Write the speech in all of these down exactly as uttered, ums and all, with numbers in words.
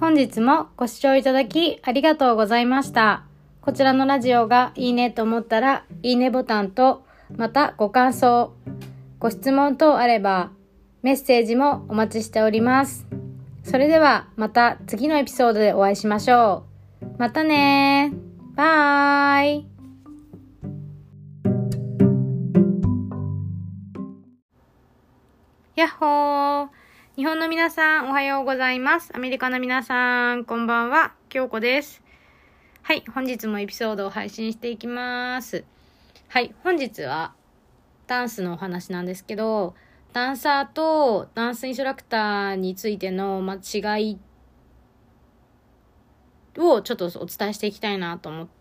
本日もご視聴いただきありがとうございました。こちらのラジオがいいねと思ったら、いいねボタンと、またご感想、ご質問等あれば、メッセージもお待ちしております。それではまた次のエピソードでお会いしましょう。またねー。バーイ。やっほー。日本の皆さんおはようございます。アメリカの皆さんこんばんは。京子です。はい、本日もエピソードを配信していきます。はい、本日はダンスのお話なんですけど、ダンサーとダンスインストラクターについての、まあ、違いをちょっとお伝えしていきたいなと思って、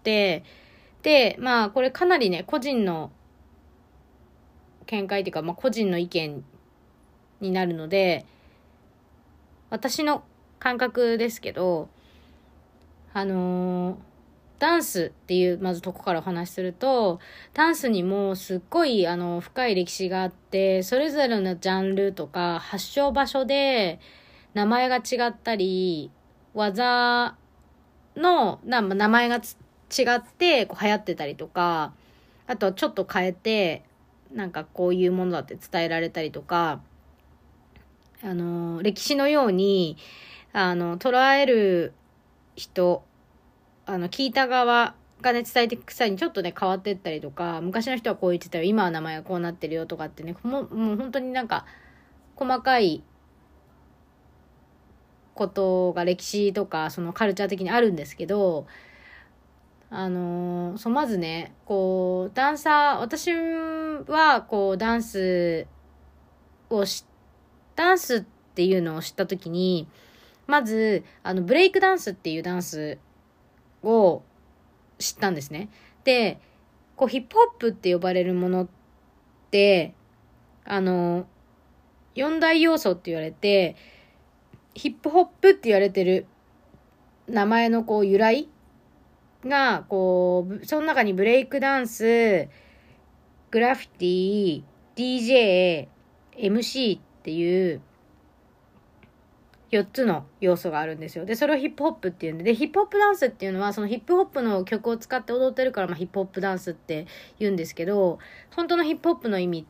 で、まあこれかなりね、個人の見解というか、まあ、個人の意見になるので、私の感覚ですけど、あのー、ダンスっていうまずとこからお話しすると、ダンスにもすっごいあの深い歴史があって、それぞれのジャンルとか発祥場所で名前が違ったり、技のな名前がつ違ってこう流行ってたりとか、あとはちょっと変えてなんかこういうものだって伝えられたりとか、あの歴史のようにあの捉える人、あの聞いた側がね伝えていく際にちょっとね変わっていったりとか、昔の人はこう言ってたよ、今は名前がこうなってるよとかってね、もう、もう本当になんか細かいことが歴史とかそのカルチャー的にあるんですけど、あのそうまずねこうダンサー、私はこうダンスをしダンスっていうのを知った時に、まずあのブレイクダンスっていうダンスを知ったんですね。で、こうヒップホップって呼ばれるものってあの四大要素って言われて、ヒップホップって言われてる名前のこう由来がこうその中にブレイクダンス、グラフィティ、ディージェー、エムシー っていうよっつの要素があるんですよ。で、それをヒップホップっていうんで、で、ヒップホップダンスっていうのは、そのヒップホップの曲を使って踊ってるから、まあ、ヒップホップダンスって言うんですけど、本当のヒップホップの意味って、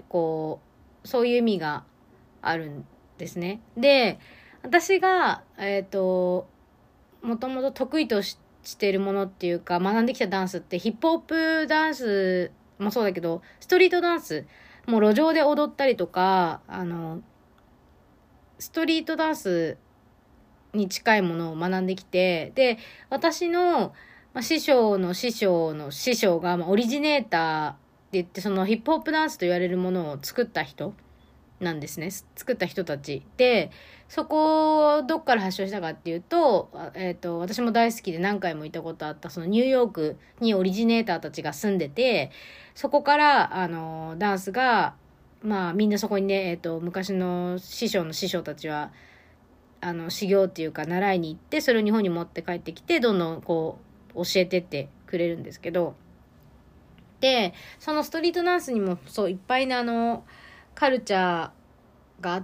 こう、そういう意味があるんですね。で、私が、えっと、もともと得意とししているものっていうか、学んできたダンスって、ヒップホップダンスもそうだけど、ストリートダンス、もう路上で踊ったりとか、あの、ストリートダンスに近いものを学んできて、で、私の、まあ、師匠の師匠の師匠が、まあ、オリジネーターって言って、そのヒップホップダンスと言われるものを作った人なんですね。作った人たちで、そこをどっから発祥したかっていうと、えっと、私も大好きで何回も行ったことあった、そのニューヨークにオリジネーターたちが住んでて、そこからあのダンスが、まあみんなそこにね、えっと、昔の師匠の師匠たちはあの修行っていうか習いに行って、それを日本に持って帰ってきて、どんどんこう教えてってくれるんですけど、でそのストリートダンスにもそういっぱいなあのカルチャーがあって、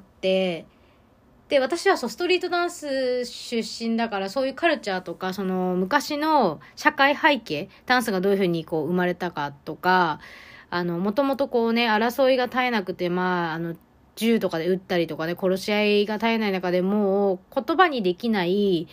で私はそうストリートダンス出身だから、そういうカルチャーとかその昔の社会背景、ダンスがどういうふうにこう生まれたかとか、あのもともとこうね争いが絶えなくて、まああの銃とかで撃ったりとかね、殺し合いが絶えない中でもう言葉にできない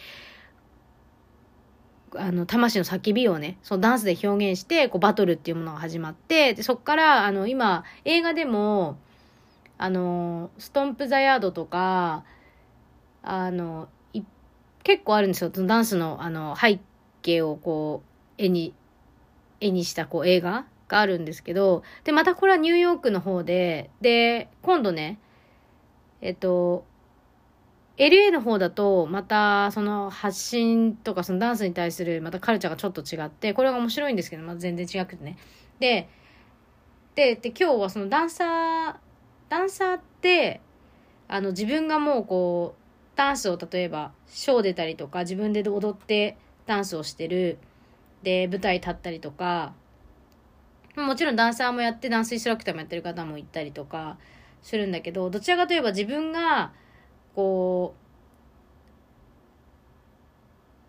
あの魂の叫びをね、そのダンスで表現してこうバトルっていうものが始まって、でそっからあの今映画でもあのストンプ・ザ・ヤードとかあの結構あるんですよ。ダンスのあの背景をこう絵に絵にしたこう映画があるんですけど、でまたこれはニューヨークの方で、で今度ねえっと エルエー の方だとまたその発信とかそのダンスに対するまたカルチャーがちょっと違って、これが面白いんですけど、まあ、全然違くてね。ででで今日はそのダンサーダンサーってあの自分がもうこうダンスを例えばショー出たりとか、自分で踊ってダンスをしてる、で舞台立ったりとか、もちろんダンサーもやってダンスインストラクターもやってる方もいたりとかするんだけど、どちらかといえば自分がこ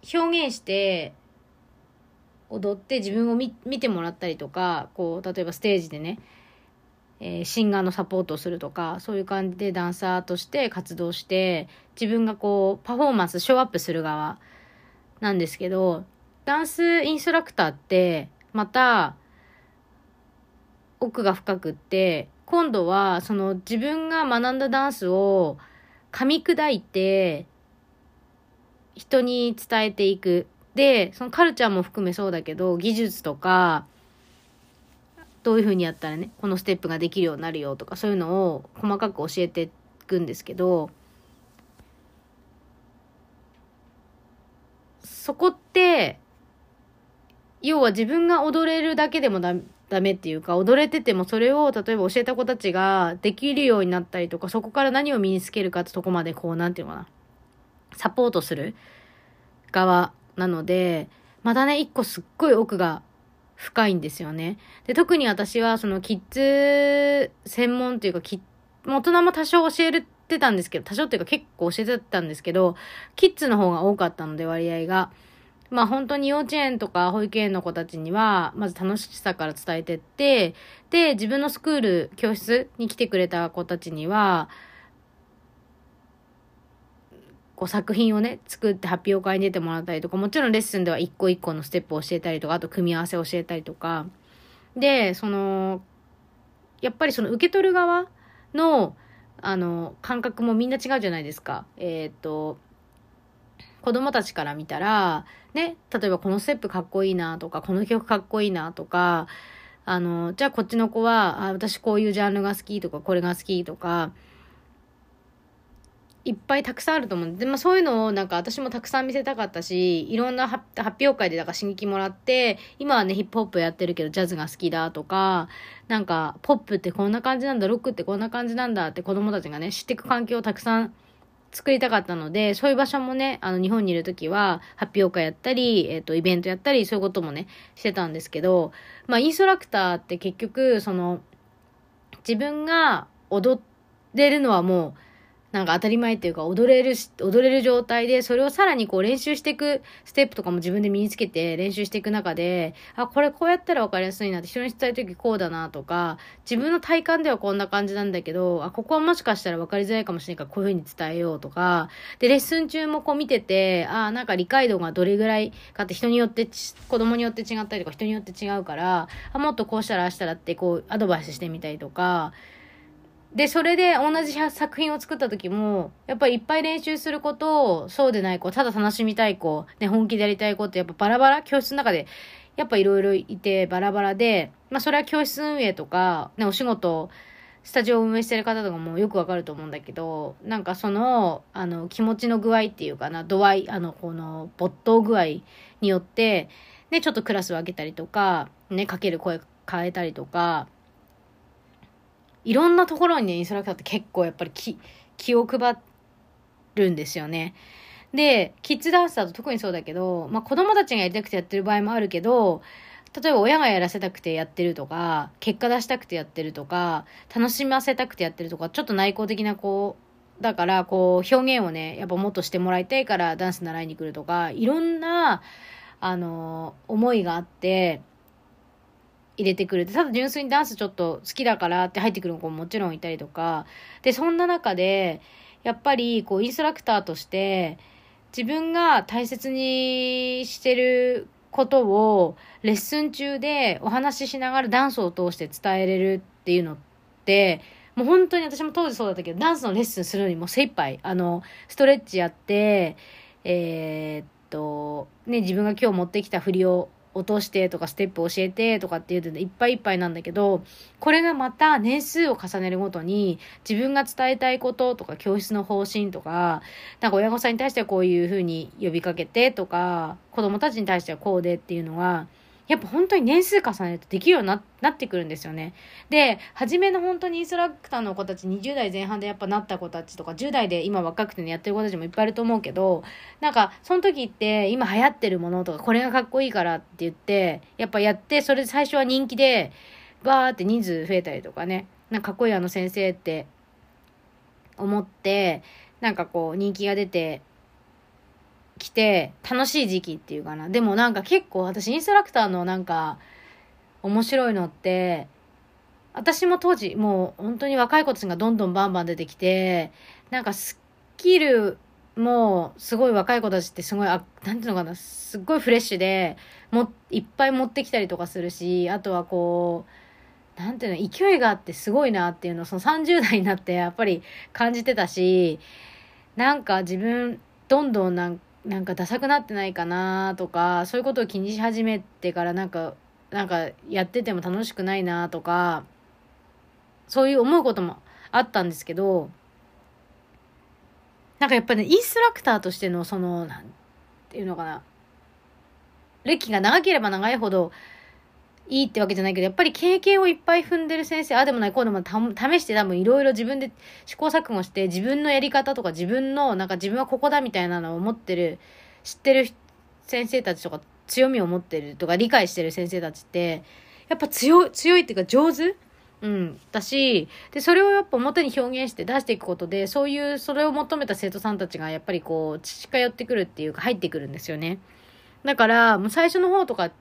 表現して踊って自分を 見, 見てもらったりとか、こう例えばステージでね、えー、シンガーのサポートをするとか、そういう感じでダンサーとして活動して、自分がこうパフォーマンスショーアップする側なんですけど、ダンスインストラクターってまた奥が深くって、今度はその自分が学んだダンスを噛み砕いて人に伝えていく。で、そのカルチャーも含めそうだけど、技術とか、どういう風にやったらね、このステップができるようになるよとか、そういうのを細かく教えていくんですけど、そこって、要は自分が踊れるだけでもダダメっていうか、踊れててもそれを例えば教えた子たちができるようになったりとか、そこから何を身につけるかってとこまでこう、なんていうのかな、サポートする側なので、またね、一個すっごい奥が深いんですよね。で、特に私はそのキッズ専門っていうか、キ大人も多少教えてたんですけど、多少っていうか結構教えてたんですけど、キッズの方が多かったので割合が。まあ本当に幼稚園とか保育園の子たちには、まず楽しさから伝えてって、で、自分のスクール、教室に来てくれた子たちには、こう作品をね、作って発表会に出てもらったりとか、もちろんレッスンでは一個一個のステップを教えたりとか、あと組み合わせを教えたりとか。で、その、やっぱりその受け取る側の、あの、感覚もみんな違うじゃないですか。えっと、子供たちから見たら、ね、例えばこのステップかっこいいなとか、この曲かっこいいなとか、あの、じゃあこっちの子は、あ、私こういうジャンルが好きとか、これが好きとか、いっぱいたくさんあると思うんで、まあそういうのをなんか私もたくさん見せたかったし、いろんな発表会でだから刺激もらって、今はねヒップホップやってるけどジャズが好きだとか、なんかポップってこんな感じなんだ、ロックってこんな感じなんだって子供たちがね知っていく環境をたくさん作りたかったので、そういう場所もね、あの日本にいるときは発表会やったり、えっとイベントやったり、そういうこともねしてたんですけど、まあインストラクターって結局その自分が踊れるのはもうなんか当たり前っていうか、踊れるし、踊れる状態で、それをさらにこう練習していくステップとかも自分で身につけて練習していく中で、あ、これこうやったら分かりやすいなって、人に伝えるときこうだなとか、自分の体感ではこんな感じなんだけど、あ、ここはもしかしたら分かりづらいかもしれないからこういう風に伝えようとか、で、レッスン中もこう見てて、あ、なんか理解度がどれぐらいかって人によって、子供によって違ったりとか人によって違うから、あ、もっとこうしたらああしたらってこうアドバイスしてみたりとか、で、それで同じ作品を作った時も、やっぱりいっぱい練習する子と、そうでない子、ただ楽しみたい子、ね、本気でやりたい子ってやっぱバラバラ、教室の中で、やっぱいろいろいてバラバラで、まあそれは教室運営とか、ね、お仕事、スタジオを運営してる方とかもよくわかると思うんだけど、なんかその、あの、気持ちの具合っていうかな、度合い、あの、この、没頭具合によって、ね、ちょっとクラスを上げたりとか、ね、かける声変えたりとか、いろんなところにね、インストラクターって結構やっぱり気、気を配るんですよね。で、キッズダンサーと特にそうだけど、まあ子供たちがやりたくてやってる場合もあるけど、例えば親がやらせたくてやってるとか、結果出したくてやってるとか、楽しませたくてやってるとか、ちょっと内向的な子だから、こう表現をね、やっぱもっとしてもらいたいからダンス習いに来るとか、いろんな、あの、思いがあって、入れてくる。ただ純粋にダンスちょっと好きだからって入ってくる子ももちろんいたりとか。で、そんな中で、やっぱりこうインストラクターとして、自分が大切にしてることをレッスン中でお話ししながらダンスを通して伝えれるっていうのって、もう本当に私も当時そうだったけど、ダンスのレッスンするのにもう精一杯、あの、ストレッチやって、えーっと、ね、自分が今日持ってきた振りを落としてとかステップ教えてとかっていうのでいっぱいいっぱいなんだけど、これがまた年数を重ねるごとに自分が伝えたいこととか教室の方針とか、なんか親御さんに対してはこういう風に呼びかけてとか、子供たちに対してはこうでっていうのが、やっぱ本当に年数重ねるとできるように な, なってくるんですよね。で、初めの本当にインストラクターの子たち、にじゅう代前半でやっぱなった子たちとか、じゅう代で今若くてねやってる子たちもいっぱいいると思うけど、なんかその時って今流行ってるものとかこれがかっこいいからって言って、やっぱやって、それで最初は人気で、バーって人数増えたりとかね、なんかかっこいいあの先生って思って、なんかこう人気が出て、 来て、楽しい時期っていうかな。でもなんか結構私インストラクターのなんか面白いのって、私も当時もう本当に若い子たちがどんどんバンバン出てきて、なんかスキルもすごい若い子たちってすごい、あ、なんていうのかな、すっごいフレッシュで、も、いっぱい持ってきたりとかするし、あとはこう、なんていうの、勢いがあってすごいなっていうのをそのさんじゅう代になってやっぱり感じてたし、なんか自分どんどんなんなんかダサくなってないかなとか、そういうことを気にし始めてからなんか、なんかやってても楽しくないなとか、そういう思うこともあったんですけど、なんかやっぱりね、インストラクターとしてのその、なんていうのかな、歴が長ければ長いほどいいってわけじゃないけど、やっぱり経験をいっぱい踏んでる先生、ああでもない、こうでもた試して多分いろいろ自分で試行錯誤して、自分のやり方とか自分の、なんか自分はここだみたいなのを持ってる、知ってる先生たちとか、強みを持ってるとか理解してる先生たちって、やっぱ強い、強いっていうか上手うん。だし、で、それをやっぱ表に表現して出していくことで、そういう、それを求めた生徒さんたちがやっぱりこう、近寄ってくるっていうか入ってくるんですよね。だから、もう最初の方とかって、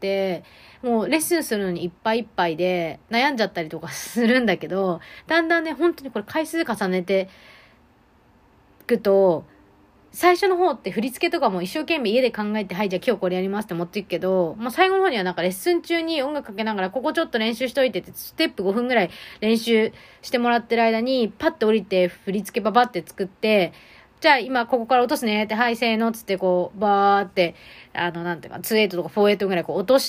もうレッスンするのにいっぱいいっぱいで悩んじゃったりとかするんだけど、だんだんね、本当にこれ回数重ねていくと、最初の方って振り付けとかも一生懸命家で考えて、はい、じゃあ今日これやりますって持っていくけど、まあ最後の方にはなんかレッスン中に音楽かけながら、ここちょっと練習しといてって、ステップごふんぐらい練習してもらってる間に、パッて降りて振り付けババって作って、じゃあ今ここから落とすねって、はい、せーのっつってこう、バーって、あの、なんていうか、にエイトとかよんエイトぐらいこう落として、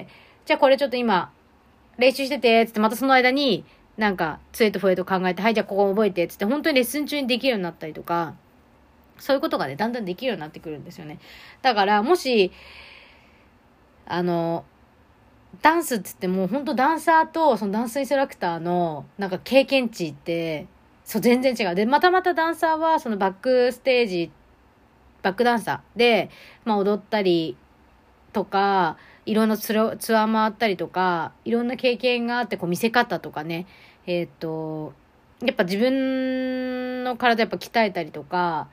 じゃあこれちょっと今、練習してて、つってまたその間に、なんか、にエイト、よんエイト考えて、はい、じゃあここ覚えて、つって本当にレッスン中にできるようになったりとか、そういうことがね、だんだんできるようになってくるんですよね。だから、もし、あの、ダンスって言っても、本当ダンサーと、そのダンスインストラクターの、なんか経験値って、そう、全然違う。で、またまたダンサーは、そのバックステージ、バックダンサーで、まあ踊ったりとか、いろんなツアー回ったりとか、いろんな経験があって、こう見せ方とかね、えっと、やっぱ自分の体やっぱ鍛えたりとか、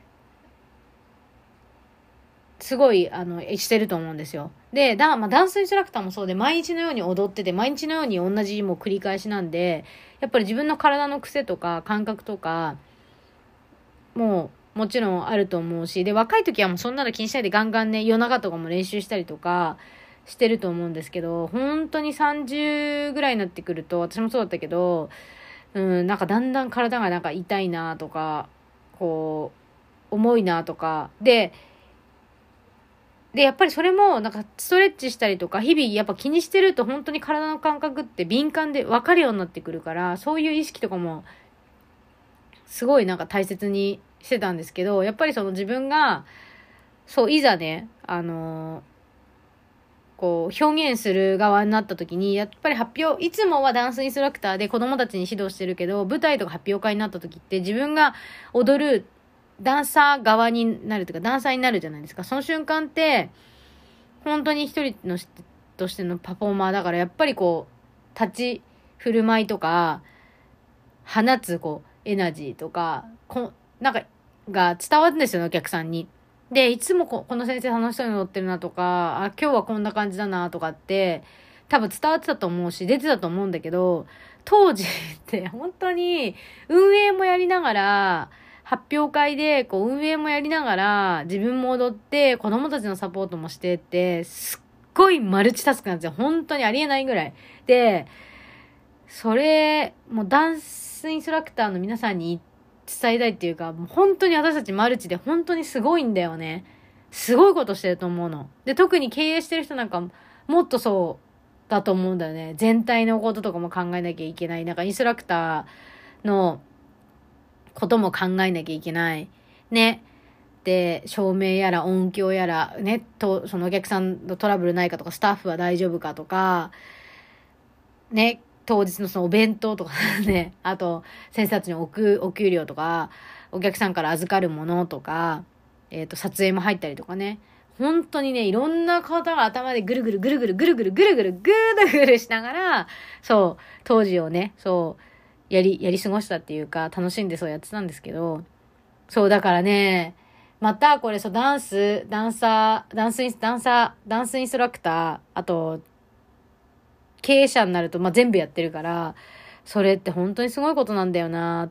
すごい、あの、してると思うんですよ。で、だ、まあ、ダンスインストラクターもそうで、毎日のように踊ってて、毎日のように同じもう繰り返しなんで、やっぱり自分の体の癖とか感覚とか、もう、もちろんあると思うし、で、若い時はもうそんなの気にしないでガンガンね、夜中とかも練習したりとか、してると思うんですけど、本当にさんじゅうぐらいになってくると、私もそうだったけど、うん、なんかだんだん体がなんか痛いなとか、こう、重いなとか、で、で、やっぱりそれも、なんか、ストレッチしたりとか、日々やっぱ気にしてると本当に体の感覚って敏感で分かるようになってくるから、そういう意識とかも、すごいなんか大切にしてたんですけど、やっぱりその自分が、そう、いざね、あのーこう、表現する側になった時に、やっぱり発表、いつもはダンスインストラクターで子供たちに指導してるけど、舞台とか発表会になった時って自分が踊るダンサー側になるというか、ダンサーになるじゃないですか。その瞬間って、本当に一人のとしてのパフォーマーだから、やっぱりこう、立ち振る舞いとか、放つこう、エナジーとか、こなんか、が伝わるんですよね、お客さんに。で、いつもここの先生楽しそうに踊ってるなとか、あ、今日はこんな感じだなとかって、多分伝わってたと思うし、出てたと思うんだけど、当時って本当に運営もやりながら、発表会でこう運営もやりながら、自分も踊って、子供たちのサポートもしてって、すっごいマルチタスクなんですよ。本当にありえないぐらい。で、それ、もうダンスインストラクターの皆さんに伝えたいっていうか、もう本当に私たちマルチで本当にすごいんだよね。すごいことしてると思うの。で、特に経営してる人なんかもっとそうだと思うんだよね。全体のこととかも考えなきゃいけない。なんかインストラクターのことも考えなきゃいけない。ね。で、照明やら音響やら、ね、と、そのお客さんのトラブルないかとか、スタッフは大丈夫かとか、ね、当日のそのお弁当とかね、あと、先生たちにおく、お給料とか、お客さんから預かるものとか、えっと、撮影も入ったりとかね。本当にね、いろんな方が頭でぐるぐるぐるぐるぐるぐるぐるぐるぐるぐるしながら、そう、当時をね、そう、やり、やり過ごしたっていうか、楽しんでそうやってたんですけど、そう、だからね、 また、これ、そう、ダンス、ダンサー、ダンスイン、ダンサー、ダンスインストラクター、あと、経営者になると、まあ、全部やってるから、それって本当にすごいことなんだよなって、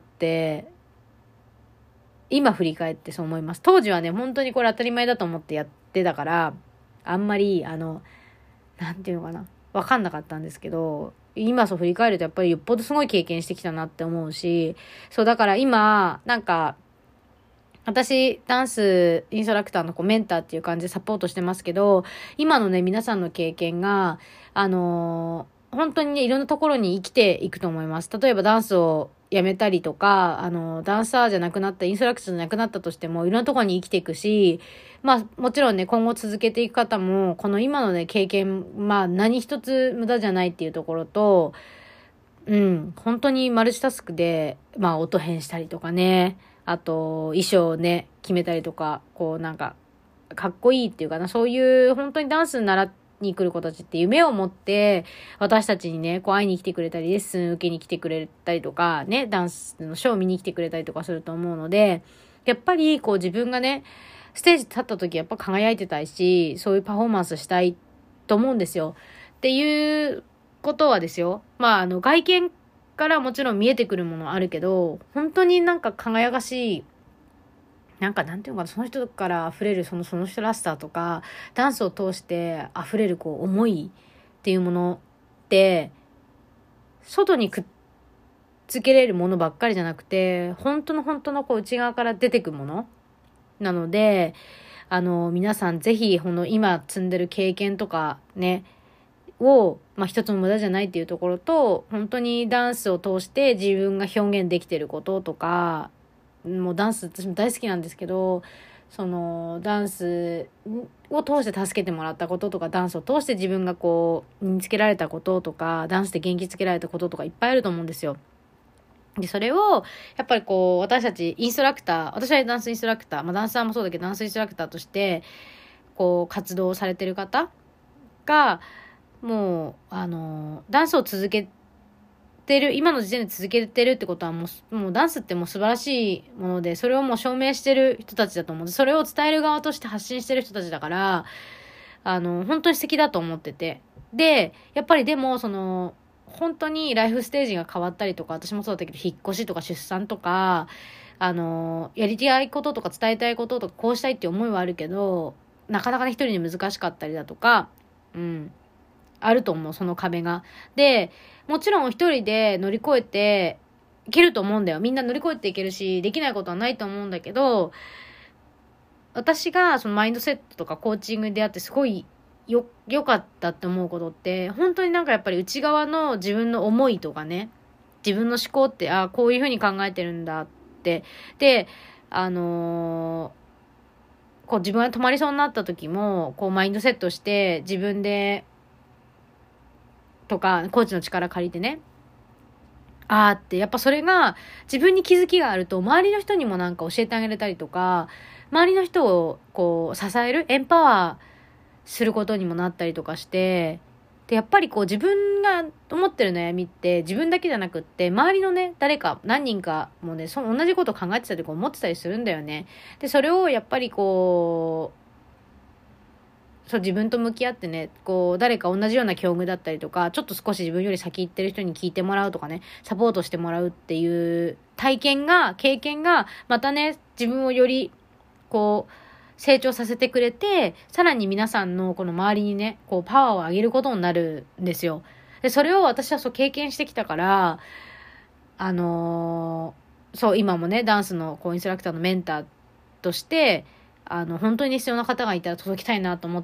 今振り返ってそう思います。当時はね、本当にこれ当たり前だと思ってやってたから、あんまり、あの、なんていうのかな、わかんなかったんですけど、今そう振り返るとやっぱりよっぽどすごい経験してきたなって思うし、そうだから今、なんか、私、ダンスインストラクターのこうメンターっていう感じでサポートしてますけど、今のね、皆さんの経験が、あのー本当にね、いろんなところに生きていくと思います。例えばダンスをやめたりとか、あのーダンサーじゃなくなった、インストラクターじゃなくなったとしても、いろんなところに生きていくし、まあ、もちろんね、今後続けていく方も、この今のね、経験、まあ、何一つ無駄じゃないっていうところと、うん、本当にマルチタスクで、まあ、音変したりとかね、あと、衣装をね、決めたりとか、こう、なんか、かっこいいっていうかな、そういう、本当にダンスに習いに来る子たちって夢を持って、私たちにね、こう会いに来てくれたり、レッスン受けに来てくれたりとか、ね、ダンスのショーを見に来てくれたりとかすると思うので、やっぱり、こう自分がね、ステージ立った時やっぱ輝いてたいし、そういうパフォーマンスしたいと思うんですよ。っていうことはですよ。まあ、あの、外見からもちろん見えてくるものあるけど、本当になんか輝かしい、なんかなんていうのかな、その人から溢れるその、その人らしさとか、ダンスを通して溢れるこう、思いっていうものって、外にくっつけれるものばっかりじゃなくて、本当の本当のこう、内側から出てくものなので、あの、皆さんぜひ、この今積んでる経験とかね、を、まあ、一つも無駄じゃないっていうところと、本当にダンスを通して自分が表現できてることとか、もうダンス私も大好きなんですけど、そのダンスを通して助けてもらったこととか、ダンスを通して自分がこう身につけられたこととか、ダンスで元気つけられたこととかいっぱいあると思うんですよ。で、それを、やっぱりこう、私たちインストラクター、私はダンスインストラクター、まあダンサーもそうだけど、ダンスインストラクターとして、こう、活動されてる方が、もう、あの、ダンスを続けてる、今の時点で続けてるってことはもう、もうダンスってもう素晴らしいもので、それをもう証明してる人たちだと思う。それを伝える側として発信してる人たちだから、あの、本当に素敵だと思ってて。で、やっぱりでも、その、本当にライフステージが変わったりとか、私もそうだったけど、引っ越しとか出産とか、あの、やりたいこととか伝えたいこととか、こうしたいって思いはあるけど、なかなかね、一人で難しかったりだとか、うん。あると思う、その壁が。で、もちろん一人で乗り越えていけると思うんだよ。みんな乗り越えていけるし、できないことはないと思うんだけど、私がそのマインドセットとかコーチングであってすごいよ、良かったって思うことって、本当になんかやっぱり内側の自分の思いとかね、自分の思考って、ああ、こういうふうに考えてるんだって。で、あのーこう自分が止まりそうになった時も、こうマインドセットして自分でとか、コーチの力借りてね。あーって、やっぱそれが自分に気づきがあると、周りの人にもなんか教えてあげれたりとか、周りの人をこう支える、エンパワーすることにもなったりとかして、で、やっぱりこう自分が思ってる悩みって自分だけじゃなくって、周りのね、誰か何人かもね、その同じことを考えてたりとか思ってたりするんだよね。で、それをやっぱりこう、そう自分と向き合ってね、こう誰か同じような境遇だったりとか、ちょっと少し自分より先行ってる人に聞いてもらうとかね、サポートしてもらうっていう体験が、経験がまたね、自分をよりこう成長させてくれて、さらに皆さんのこの周りにね、こうパワーを上げることになるんですよ。で、それを私はそう経験してきたから、あのーそう今もね、ダンスのこうインストラクターのメンターとしてあの本当に必要な方がいたら届きたいなと思って、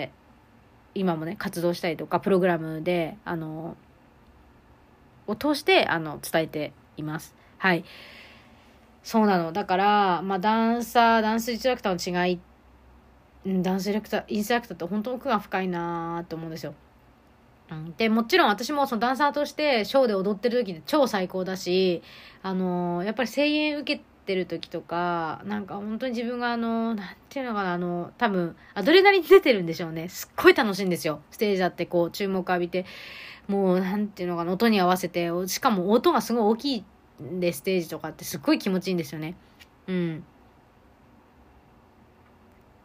今もね活動したりとか、プログラムであのを通してあの伝えています。はい、そうなの。だからまあダンサーダンスインストラクターの違い、うんダンスインストラクターインストラクターって本当奥が深いなと思うんですよ。うん、でもちろん私もそのダンサーとしてショーで踊ってる時で超最高だし、あのやっぱり声援受けてる時とか、なんか本当に自分があのなんていうのかな、あの多分アドレナリン出てるんでしょうね。すっごい楽しいんですよ。ステージだってこう注目浴びて、もうなんていうのかな、音に合わせて、しかも音がすごい大きいんで、ステージとかってすっごい気持ちいいんですよね。うん。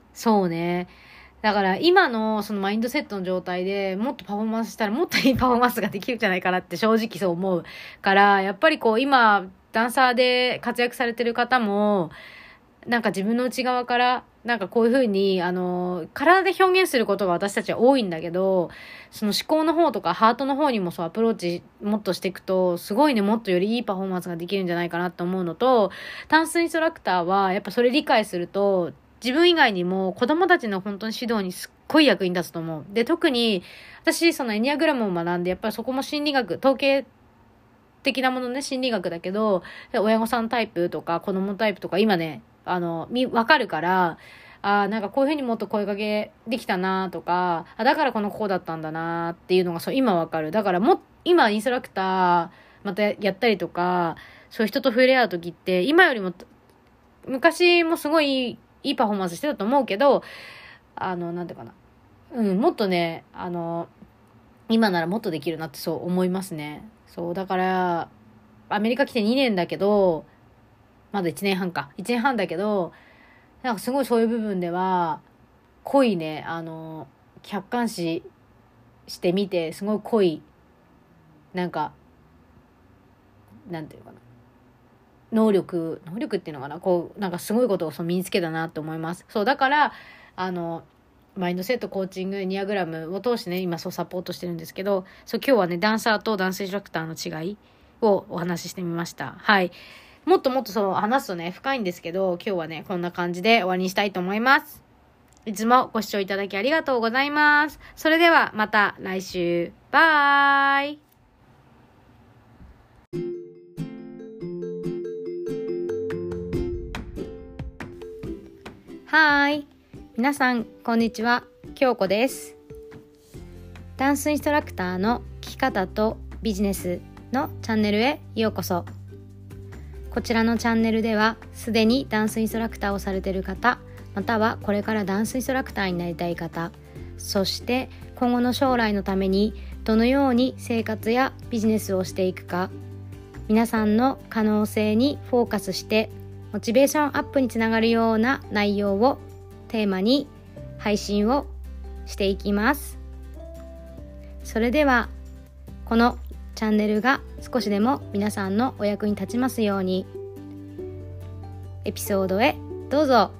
そうね。だから今のそのマインドセットの状態でもっとパフォーマンスしたらもっといいパフォーマンスができるんじゃないかなって正直そう思うから、やっぱりこう今ダンサーで活躍されてる方もなんか自分の内側からなんかこういう風にあの体で表現することが私たちは多いんだけど、その思考の方とかハートの方にもそうアプローチもっとしていくとすごいね、もっとよりいいパフォーマンスができるんじゃないかなと思うのと、ダンスインストラクターはやっぱそれ理解すると自分以外にも子供たちの本当に指導にすっごい役に立つと思う。で、特に私そのエニアグラムを学んでやっぱりそこも心理学、統計的なものね、心理学だけど、親御さんタイプとか子供タイプとか今ね、あの、み、わかるから、あなんかこういう風にもっと声かけできたなとか、あだからこの子だったんだなっていうのがそう今わかる。だからも、今インストラクターまたやったりとか、そういう人と触れ合う時って、今よりも、昔もすごいいいパフォーマンスしてたと思うけど、あの、なんていうかな。うん、もっとね、あの、今ならもっとできるなってそう思いますね。そう、だから、アメリカ来てにねんだけど、まだいちねんはんか。いちねんはんだけど、なんかすごいそういう部分では、濃いね、あの、客観視してみて、すごい濃い、なんか、なんていうかな。能力、能力っていうのかな、こう、なんかすごいことをそう身につけたなと思います。そう、だから、あの、マインドセットコーチング、エニアグラムを通してね、今そうサポートしてるんですけど、そう今日はね、ダンサーとダンスインストラクターの違いをお話ししてみました。はい。もっともっとそう話すとね、深いんですけど、今日はね、こんな感じで終わりにしたいと思います。いつもご視聴いただきありがとうございます。それではまた来週。バイ。はーい。皆さん、こんにちは。京子です。ダンスインストラクターの生き方とビジネスのチャンネルへようこそ。こちらのチャンネルでは、すでにダンスインストラクターをされている方、またはこれからダンスインストラクターになりたい方、そして今後の将来のためにどのように生活やビジネスをしていくか、皆さんの可能性にフォーカスしてモチベーションアップにつながるような内容をテーマに配信をしていきます。それではこのチャンネルが少しでも皆さんのお役に立ちますように、エピソードへどうぞ。